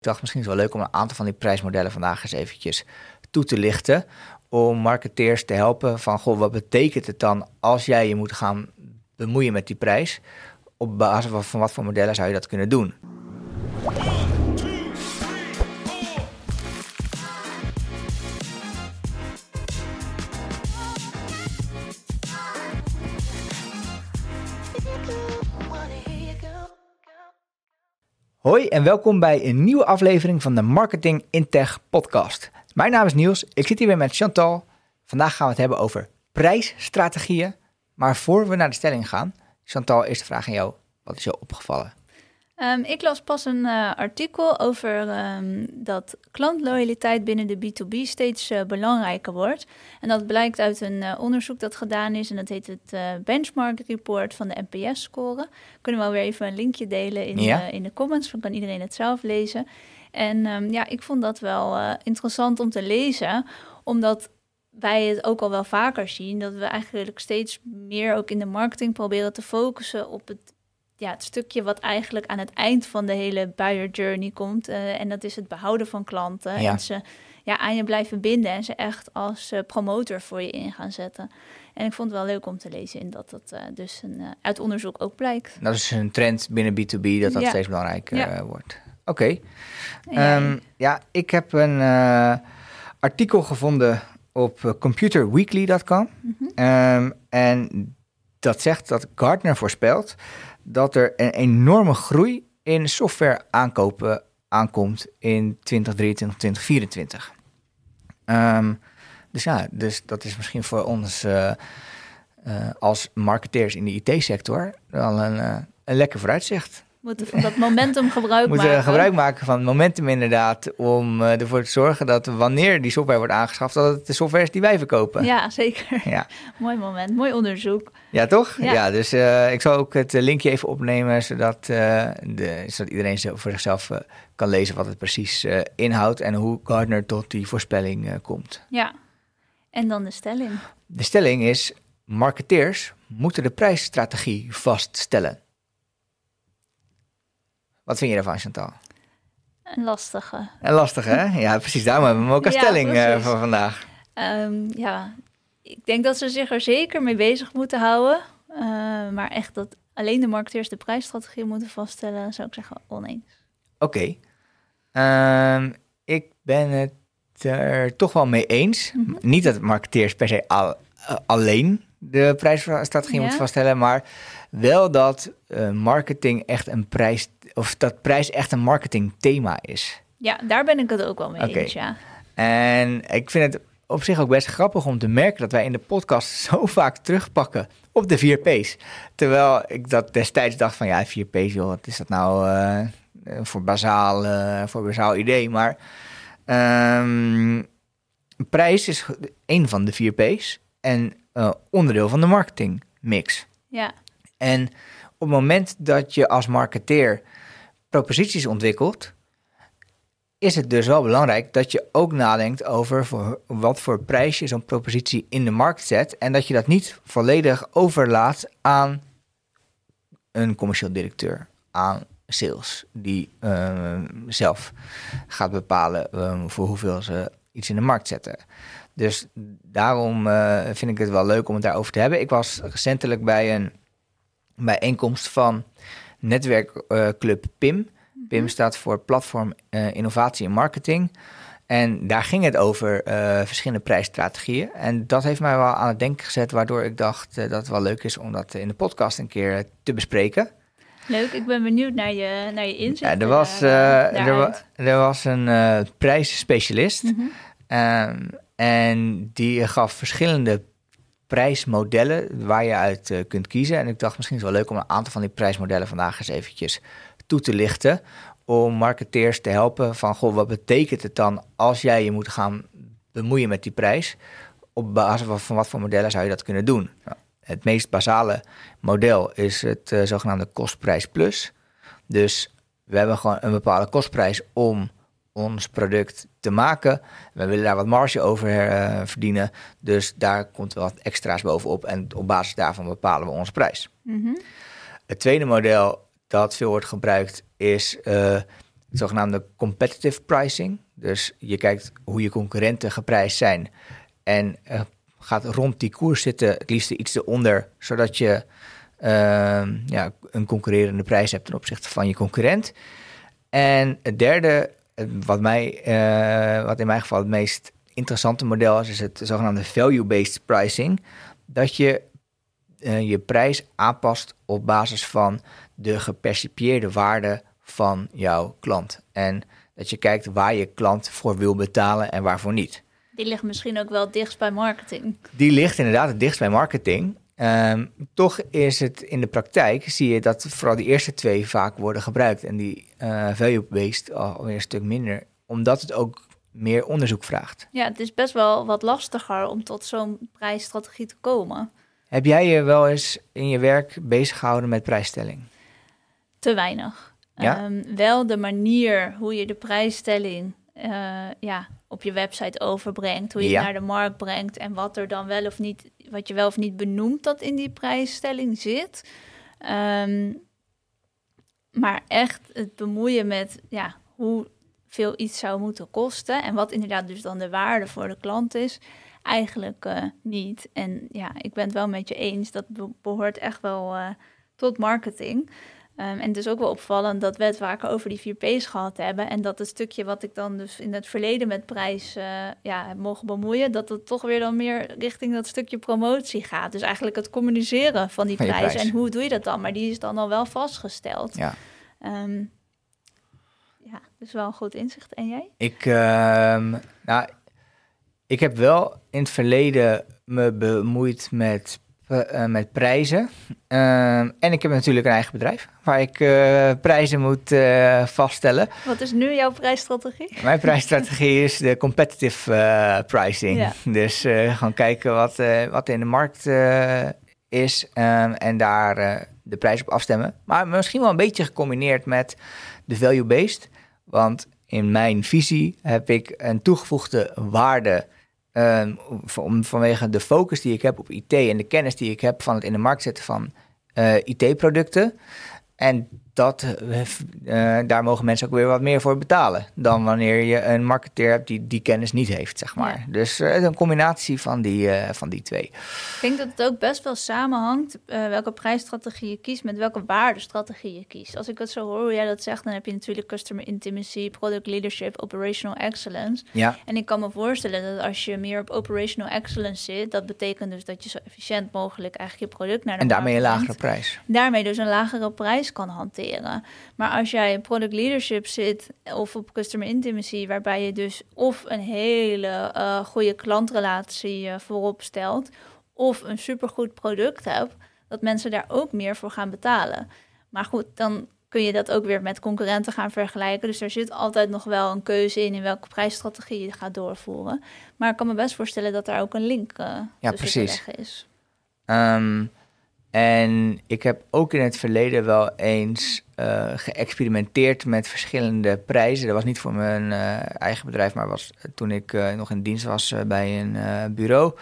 Ik dacht, misschien is het wel leuk om een aantal van die prijsmodellen vandaag eens eventjes toe te lichten. Om marketeers te helpen van, goh, wat betekent het dan als jij je moet gaan bemoeien met die prijs? Op basis van wat voor modellen zou je dat kunnen doen? Hoi en welkom bij een nieuwe aflevering van de Marketing in Tech podcast. Mijn naam is Niels, ik zit hier weer met Chantal. Vandaag gaan we het hebben over prijsstrategieën. Maar voor we naar de stelling gaan, Chantal, eerste vraag aan jou. Wat is jou opgevallen? Ik las pas een artikel over dat klantloyaliteit binnen de B2B steeds belangrijker wordt. En dat blijkt uit een onderzoek dat gedaan is en dat heet het Benchmark Report van de NPS-score. Kunnen we wel weer even een linkje delen in de comments, dan kan iedereen het zelf lezen. En ik vond dat wel interessant om te lezen, omdat wij het ook al wel vaker zien, dat we eigenlijk steeds meer ook in de marketing proberen te focussen op het stukje wat eigenlijk aan het eind van de hele buyer journey komt. En dat is het behouden van klanten. Ja. En ze aan je blijven binden en ze echt als promotor voor je in gaan zetten. En ik vond het wel leuk om te lezen in dat dus uit onderzoek ook blijkt. Dat is een trend binnen B2B dat steeds belangrijker wordt. Oké. Ik heb een artikel gevonden op computerweekly.com. Mm-hmm. En dat zegt dat Gartner voorspelt dat er een enorme groei in software aankopen aankomt in 2023, 2024. Dus dat is misschien voor ons als marketeers in de IT-sector wel een lekker vooruitzicht. Moeten van dat momentum gebruik maken. Moeten gebruik maken van het momentum inderdaad, om ervoor te zorgen dat wanneer die software wordt aangeschaft, dat het de software is die wij verkopen. Ja, zeker. Ja. Mooi moment, mooi onderzoek. Ja, toch? Ja, dus ik zal ook het linkje even opnemen, zodat iedereen voor zichzelf kan lezen wat het precies inhoudt en hoe Gartner tot die voorspelling komt. Ja, en dan de stelling. De stelling is, marketeers moeten de prijsstrategie vaststellen. Wat vind je daarvan, Chantal? Een lastige. Een lastige, hè? Ja, precies. Daarom hebben we hem ook als stelling voor vandaag. Ik denk dat ze zich er zeker mee bezig moeten houden. Maar echt dat alleen de marketeers de prijsstrategie moeten vaststellen, zou ik zeggen oneens. Oké. Ik ben het er toch wel mee eens. Mm-hmm. Niet dat marketeers per se alleen de prijsstrategie moeten vaststellen, maar wel dat marketing echt dat prijs echt een marketingthema is. Ja, daar ben ik het ook wel mee eens, ja. En ik vind het op zich ook best grappig om te merken dat wij in de podcast zo vaak terugpakken op de 4 P's. Terwijl ik dat destijds dacht van 4 P's, joh, wat is dat nou voor bazaal idee. Maar prijs is een van de 4 P's en onderdeel van de marketingmix. Ja. En op het moment dat je als marketeer proposities ontwikkelt, is het dus wel belangrijk dat je ook nadenkt over wat voor prijs je zo'n propositie in de markt zet en dat je dat niet volledig overlaat aan een commercieel directeur, aan sales, die zelf gaat bepalen voor hoeveel ze iets in de markt zetten. Dus daarom vind ik het wel leuk om het daarover te hebben. Ik was recentelijk bij een bijeenkomst van netwerkclub PIM. PIM staat voor Platform Innovatie en Marketing. En daar ging het over verschillende prijsstrategieën. En dat heeft mij wel aan het denken gezet, waardoor ik dacht dat het wel leuk is om dat in de podcast een keer te bespreken. Leuk, ik ben benieuwd naar je inzicht. Ja, er was een prijsspecialist. Mm-hmm. En die gaf verschillende prijsmodellen waar je uit kunt kiezen. En ik dacht, misschien is het wel leuk om een aantal van die prijsmodellen vandaag eens eventjes toe te lichten. Om marketeers te helpen van, goh, wat betekent het dan als jij je moet gaan bemoeien met die prijs? Op basis van wat voor modellen zou je dat kunnen doen? Nou, het meest basale model is het zogenaamde kostprijs plus. Dus we hebben gewoon een bepaalde kostprijs om ons product te maken. We willen daar wat marge over verdienen. Dus daar komt wat extra's bovenop. En op basis daarvan bepalen we onze prijs. Mm-hmm. Het tweede model dat veel wordt gebruikt is het zogenaamde competitive pricing. Dus je kijkt hoe je concurrenten geprijsd zijn en gaat rond die koers zitten, het liefst iets eronder, zodat je een concurrerende prijs hebt ten opzichte van je concurrent. En het derde, wat in mijn geval het meest interessante model is het zogenaamde value-based pricing. Dat je je prijs aanpast op basis van de gepercipieerde waarde van jouw klant. En dat je kijkt waar je klant voor wil betalen en waarvoor niet. Die ligt misschien ook wel het dichtst bij marketing. Die ligt inderdaad het dichtst bij marketing. Toch is het in de praktijk, zie je dat vooral die eerste twee vaak worden gebruikt. En die value-based alweer een stuk minder, omdat het ook meer onderzoek vraagt. Ja, het is best wel wat lastiger om tot zo'n prijsstrategie te komen. Heb jij je wel eens in je werk bezig gehouden met prijsstelling? Te weinig. Ja? Wel de manier hoe je de prijsstelling op je website overbrengt, hoe je het naar de markt brengt en wat er dan wel of niet, wat je wel of niet benoemt dat in die prijsstelling zit. Maar echt het bemoeien met hoeveel iets zou moeten kosten en wat inderdaad dus dan de waarde voor de klant is, eigenlijk niet. En ja, ik ben het wel met je eens, dat behoort echt wel tot marketing. En het is ook wel opvallend dat we het vaker over die 4 P's gehad hebben. En dat het stukje wat ik dan dus in het verleden met prijs heb mogen bemoeien, dat het toch weer dan meer richting dat stukje promotie gaat. Dus eigenlijk het communiceren van die prijs. En hoe doe je dat dan? Maar die is dan al wel vastgesteld. Ja. Dus wel een goed inzicht. En jij? Ik heb wel in het verleden me bemoeid met prijzen. En ik heb natuurlijk een eigen bedrijf waar ik prijzen moet vaststellen. Wat is nu jouw prijsstrategie? Mijn prijsstrategie is de competitive pricing. Ja. Dus gewoon kijken wat in de markt is en daar de prijs op afstemmen. Maar misschien wel een beetje gecombineerd met de value-based. Want in mijn visie heb ik een toegevoegde waarde vanwege de focus die ik heb op IT en de kennis die ik heb van het in de markt zetten van IT-producten. En daar mogen mensen ook weer wat meer voor betalen dan wanneer je een marketeer hebt die kennis niet heeft, zeg maar. Ja. Dus een combinatie van die twee. Ik denk dat het ook best wel samenhangt welke prijsstrategie je kiest met welke waardestrategie je kiest. Als ik het zo hoor hoe jij dat zegt, dan heb je natuurlijk customer intimacy, product leadership, operational excellence. Ja. En ik kan me voorstellen dat als je meer op operational excellence zit, dat betekent dus dat je zo efficiënt mogelijk eigenlijk je product naar de markt brengt. En daarmee een lagere prijs. Daarmee dus een lagere prijs kan hanteren. Maar als jij in product leadership zit of op customer intimacy, waarbij je dus of een hele goede klantrelatie voorop stelt of een supergoed product hebt, dat mensen daar ook meer voor gaan betalen. Maar goed, dan kun je dat ook weer met concurrenten gaan vergelijken. Dus er zit altijd nog wel een keuze in welke prijsstrategie je gaat doorvoeren. Maar ik kan me best voorstellen dat daar ook een link tussen te leggen is. En ik heb ook in het verleden wel eens geëxperimenteerd met verschillende prijzen. Dat was niet voor mijn eigen bedrijf, maar was toen ik nog in dienst was bij een bureau.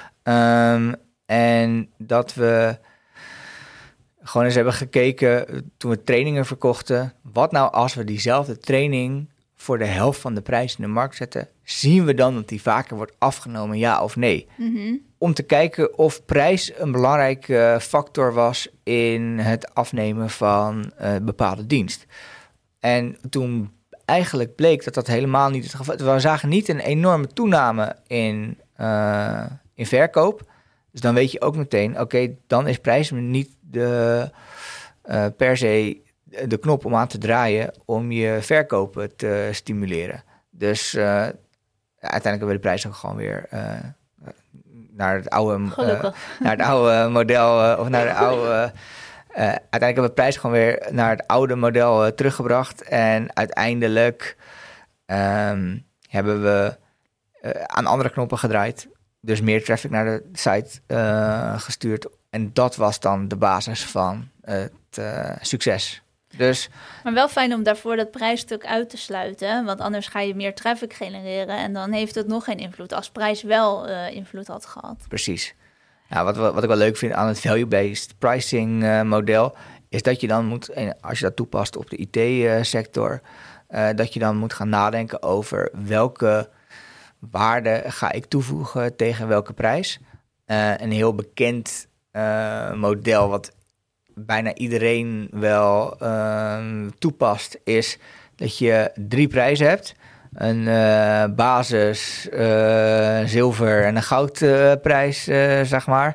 En dat we gewoon eens hebben gekeken, toen we trainingen verkochten, wat nou als we diezelfde training voor de helft van de prijs in de markt zetten, zien we dan dat die vaker wordt afgenomen, ja of nee? Mm-hmm. Om te kijken of prijs een belangrijke factor was in het afnemen van bepaalde dienst. En toen eigenlijk bleek dat helemaal niet het geval was. We zagen niet een enorme toename in verkoop. Dus dan weet je ook meteen, oké, dan is prijs niet per se de knop om aan te draaien om je verkopen te stimuleren. Dus uiteindelijk hebben we de prijs ook gewoon weer naar het oude model of naar de oude. Uiteindelijk hebben we de prijs gewoon weer naar het oude model teruggebracht. En uiteindelijk hebben we aan andere knoppen gedraaid. Dus meer traffic naar de site gestuurd. En dat was dan de basis van het succes. Dus, maar wel fijn om daarvoor dat prijsstuk uit te sluiten. Want anders ga je meer traffic genereren. En dan heeft het nog geen invloed. Als prijs wel invloed had gehad. Precies. Nou, wat ik wel leuk vind aan het value-based pricing model, is dat je dan moet, als je dat toepast op de IT-sector, dat je dan moet gaan nadenken over welke waarde ga ik toevoegen tegen welke prijs. Een heel bekend model wat bijna iedereen wel toepast is dat je 3 prijzen hebt. Een basis, zilver en een goudprijs, zeg maar.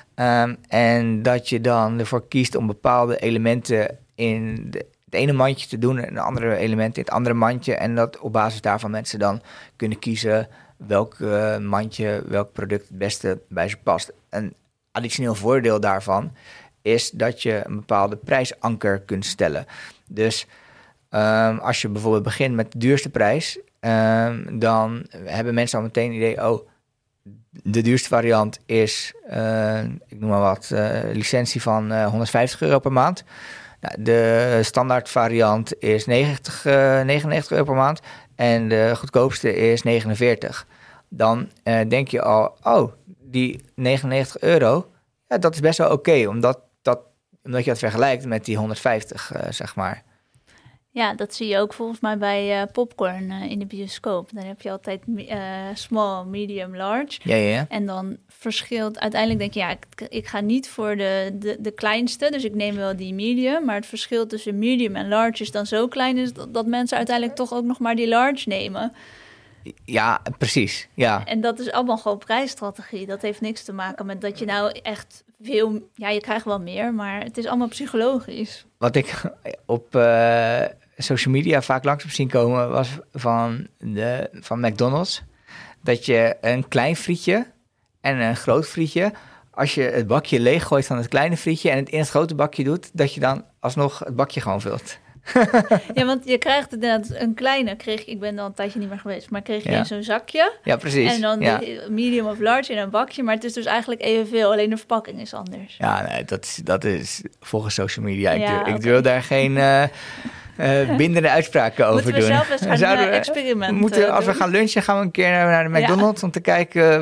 En dat je dan ervoor kiest om bepaalde elementen in het ene mandje te doen en andere elementen in het andere mandje. En dat op basis daarvan mensen dan kunnen kiezen welk mandje, welk product het beste bij ze past. Een additioneel voordeel daarvan is dat je een bepaalde prijsanker kunt stellen. Dus als je bijvoorbeeld begint met de duurste prijs, dan hebben mensen al meteen een idee, de duurste variant is, ik noem maar wat, licentie van €150 per maand. Nou, de standaard variant is 99 euro per maand en de goedkoopste is 49. Dan denk je al, die 99 euro, ja, dat is best wel oké, omdat je dat vergelijkt met die 150, zeg maar. Ja, dat zie je ook volgens mij bij popcorn in de bioscoop. Dan heb je altijd small, medium, large. Ja. En dan verschilt... Uiteindelijk denk je, ik ga niet voor de kleinste. Dus ik neem wel die medium. Maar het verschil tussen medium en large is dan zo klein... is dat mensen uiteindelijk toch ook nog maar die large nemen. Ja, precies. Ja. En dat is allemaal gewoon prijsstrategie. Dat heeft niks te maken met dat je nou echt veel... Ja, je krijgt wel meer, maar het is allemaal psychologisch. Wat ik op social media vaak langs heb zien komen was van McDonald's. Dat je een klein frietje en een groot frietje, als je het bakje leeggooit van het kleine frietje en het in het grote bakje doet, dat je dan alsnog het bakje gewoon vult. Ja, want je krijgt inderdaad een kleine, ik ben dan een tijdje niet meer geweest, maar kreeg je in zo'n zakje. Ja, precies. En dan medium of large in een bakje, maar het is dus eigenlijk evenveel, alleen de verpakking is anders. Ja, nee, dat is volgens social media. Ik wil daar geen bindende uitspraken over doen. Moeten we zelf eens gaan experimenten als we gaan lunchen, gaan we een keer naar de McDonald's om te kijken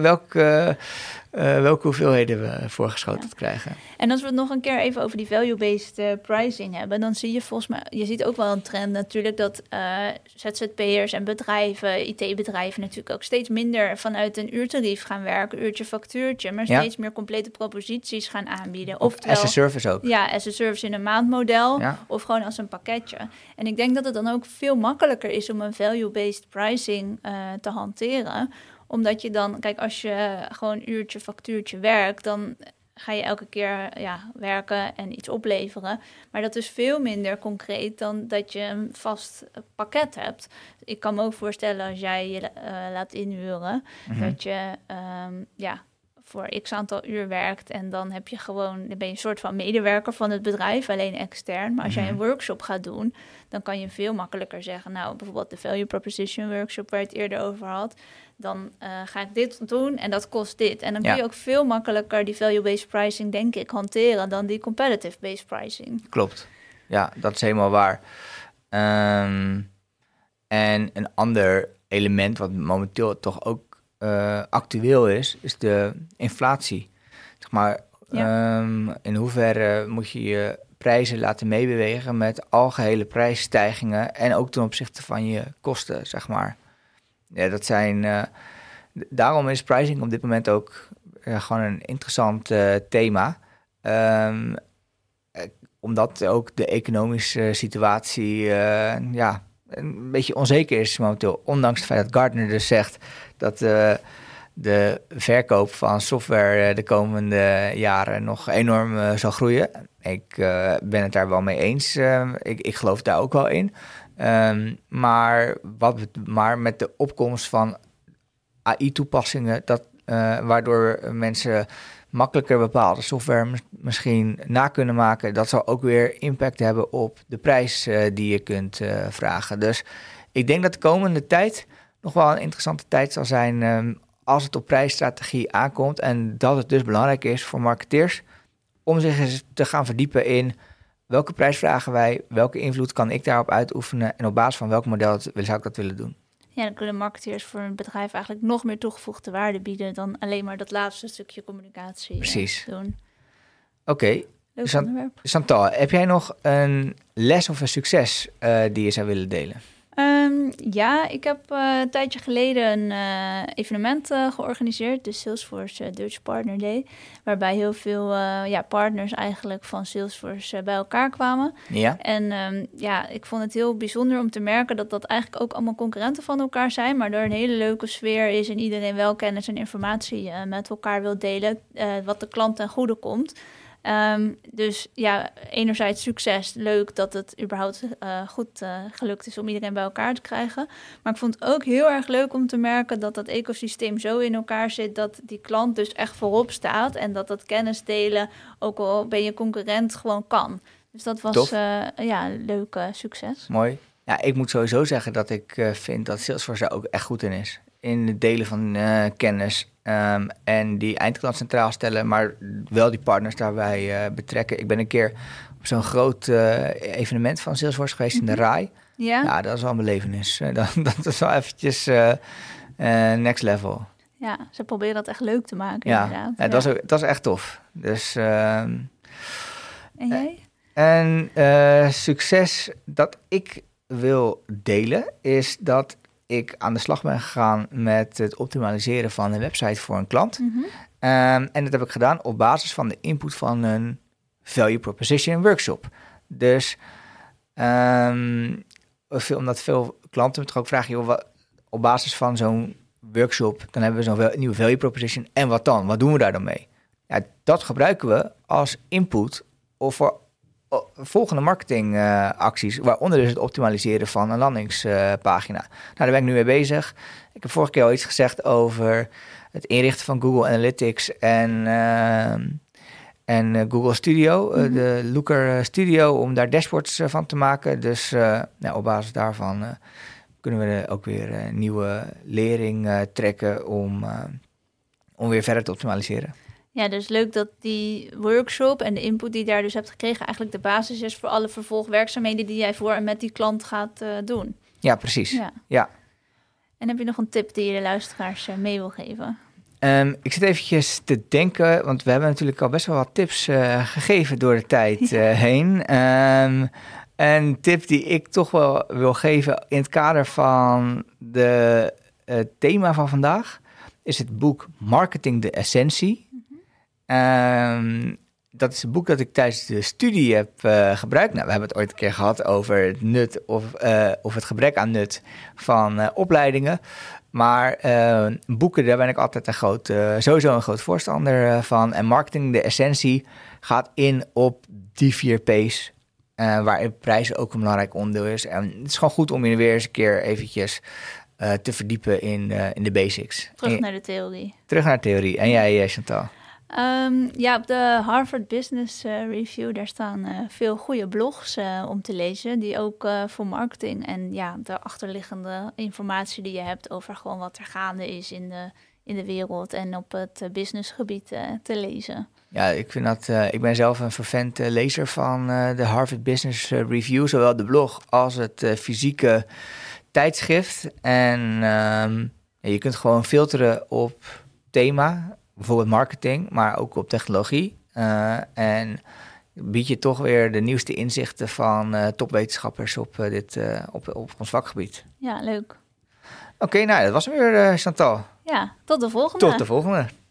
welke hoeveelheden we voorgeschoteld krijgen. En als we het nog een keer even over die value-based pricing hebben, dan zie je volgens mij, je ziet ook wel een trend natuurlijk dat ZZP'ers en bedrijven, IT-bedrijven natuurlijk ook steeds minder vanuit een uurtarief gaan werken, uurtje factuurtje, maar steeds meer complete proposities gaan aanbieden. Oftewel, as a service ook. Ja, as a service in een maandmodel of gewoon als een pakketje. En ik denk dat het dan ook veel makkelijker is om een value-based pricing te hanteren, omdat je dan, kijk, als je gewoon uurtje, factuurtje werkt, dan ga je elke keer werken en iets opleveren. Maar dat is veel minder concreet dan dat je een vast pakket hebt. Ik kan me ook voorstellen als jij je laat inhuren, dat je voor x aantal uur werkt en dan ben je een soort van medewerker van het bedrijf, alleen extern. Maar als jij een workshop gaat doen, dan kan je veel makkelijker zeggen, nou, bijvoorbeeld de Value Proposition workshop waar je het eerder over had, dan ga ik dit doen en dat kost dit. En dan kun je ook veel makkelijker die value-based pricing, denk ik, hanteren dan die competitive-based pricing. Klopt. Ja, dat is helemaal waar. En een ander element wat momenteel toch ook actueel is de inflatie. Zeg maar, in hoeverre moet je je prijzen laten meebewegen met algehele prijsstijgingen en ook ten opzichte van je kosten, zeg maar. Ja, dat zijn. Daarom is pricing op dit moment ook gewoon een interessant thema. Omdat ook de economische situatie een beetje onzeker is momenteel. Ondanks het feit dat Gartner dus zegt dat de verkoop van software de komende jaren nog enorm zal groeien. Ik ben het daar wel mee eens. Ik geloof daar ook wel in. Maar met de opkomst van AI-toepassingen, waardoor mensen makkelijker bepaalde software misschien na kunnen maken, dat zal ook weer impact hebben op de prijs die je kunt vragen. Dus ik denk dat de komende tijd nog wel een interessante tijd zal zijn als het op prijsstrategie aankomt en dat het dus belangrijk is voor marketeers om zich eens te gaan verdiepen in welke prijs vragen wij, welke invloed kan ik daarop uitoefenen en op basis van welk model zou ik dat willen doen. Ja, dan kunnen marketeers voor een bedrijf eigenlijk nog meer toegevoegde waarde bieden dan alleen maar dat laatste stukje communicatie doen. Oké. Chantal, heb jij nog een les of een succes die je zou willen delen? Ja, ik heb een tijdje geleden een evenement georganiseerd, de Salesforce Dutch Partner Day, waarbij heel veel partners eigenlijk van Salesforce bij elkaar kwamen. Ja. En ik vond het heel bijzonder om te merken dat dat eigenlijk ook allemaal concurrenten van elkaar zijn, maar er een hele leuke sfeer is en iedereen wel kennis en informatie met elkaar wil delen, wat de klant ten goede komt. Dus ja, enerzijds succes, leuk dat het überhaupt goed gelukt is om iedereen bij elkaar te krijgen. Maar ik vond het ook heel erg leuk om te merken dat dat ecosysteem zo in elkaar zit dat die klant dus echt voorop staat en dat kennis delen, ook al ben je concurrent, gewoon kan. Dus dat was een leuk succes. Mooi. Ja, ik moet sowieso zeggen dat ik vind dat Salesforce daar ook echt goed in is. In het delen van kennis en die eindklant centraal stellen, maar wel die partners daarbij betrekken. Ik ben een keer op zo'n groot evenement van Salesforce geweest in de RAI. Ja, dat is wel een belevenis. Dat is wel eventjes next level. Ja, ze proberen dat echt leuk te maken, inderdaad. Ja, dat is echt tof. Dus, en jij? En succes dat ik wil delen is dat ik aan de slag ben gegaan met het optimaliseren van een website voor een klant. Mm-hmm. En dat heb ik gedaan op basis van de input van een value proposition workshop. Dus omdat veel klanten me toch ook vragen, joh, op basis van zo'n workshop, dan hebben we zo'n nieuwe value proposition. En wat dan? Wat doen we daar dan mee? Ja, dat gebruiken we als input of voor volgende marketingacties, waaronder dus het optimaliseren van een landingspagina. Nou, daar ben ik nu mee bezig. Ik heb vorige keer al iets gezegd over het inrichten van Google Analytics en Google Studio, de Looker Studio, om daar dashboards van te maken. Dus op basis daarvan kunnen we ook weer nieuwe lering trekken om weer verder te optimaliseren. Ja, dus leuk dat die workshop en de input die je daar dus hebt gekregen eigenlijk de basis is voor alle vervolgwerkzaamheden die jij voor en met die klant gaat doen. Ja, precies. Ja. En heb je nog een tip die je de luisteraars mee wil geven? Ik zit eventjes te denken, want we hebben natuurlijk al best wel wat tips gegeven door de tijd heen. Een tip die ik toch wel wil geven in het kader van het thema van vandaag is het boek Marketing de Essentie. Dat is een boek dat ik tijdens de studie heb gebruikt. Nou, we hebben het ooit een keer gehad over het nut of het gebrek aan nut van opleidingen. Maar boeken, daar ben ik altijd sowieso een groot voorstander van. En Marketing de Essentie gaat in op die 4 P's, waarin prijzen ook een belangrijk onderdeel is. En het is gewoon goed om je weer eens een keer eventjes te verdiepen in de basics. Terug naar de theorie. Terug naar de theorie. En jij, Chantal? Op de Harvard Business Review, daar staan veel goede blogs om te lezen, die ook voor marketing en de achterliggende informatie die je hebt over gewoon wat er gaande is in de wereld en op het businessgebied te lezen. Ja, ik vind dat. Ik ben zelf een fervent lezer van de Harvard Business Review, zowel de blog als het fysieke tijdschrift. En je kunt gewoon filteren op thema, bijvoorbeeld marketing, maar ook op technologie. En bied je toch weer de nieuwste inzichten van topwetenschappers op ons vakgebied. Ja, leuk. Oké, nou, dat was hem weer, Chantal. Ja, tot de volgende. Tot de volgende.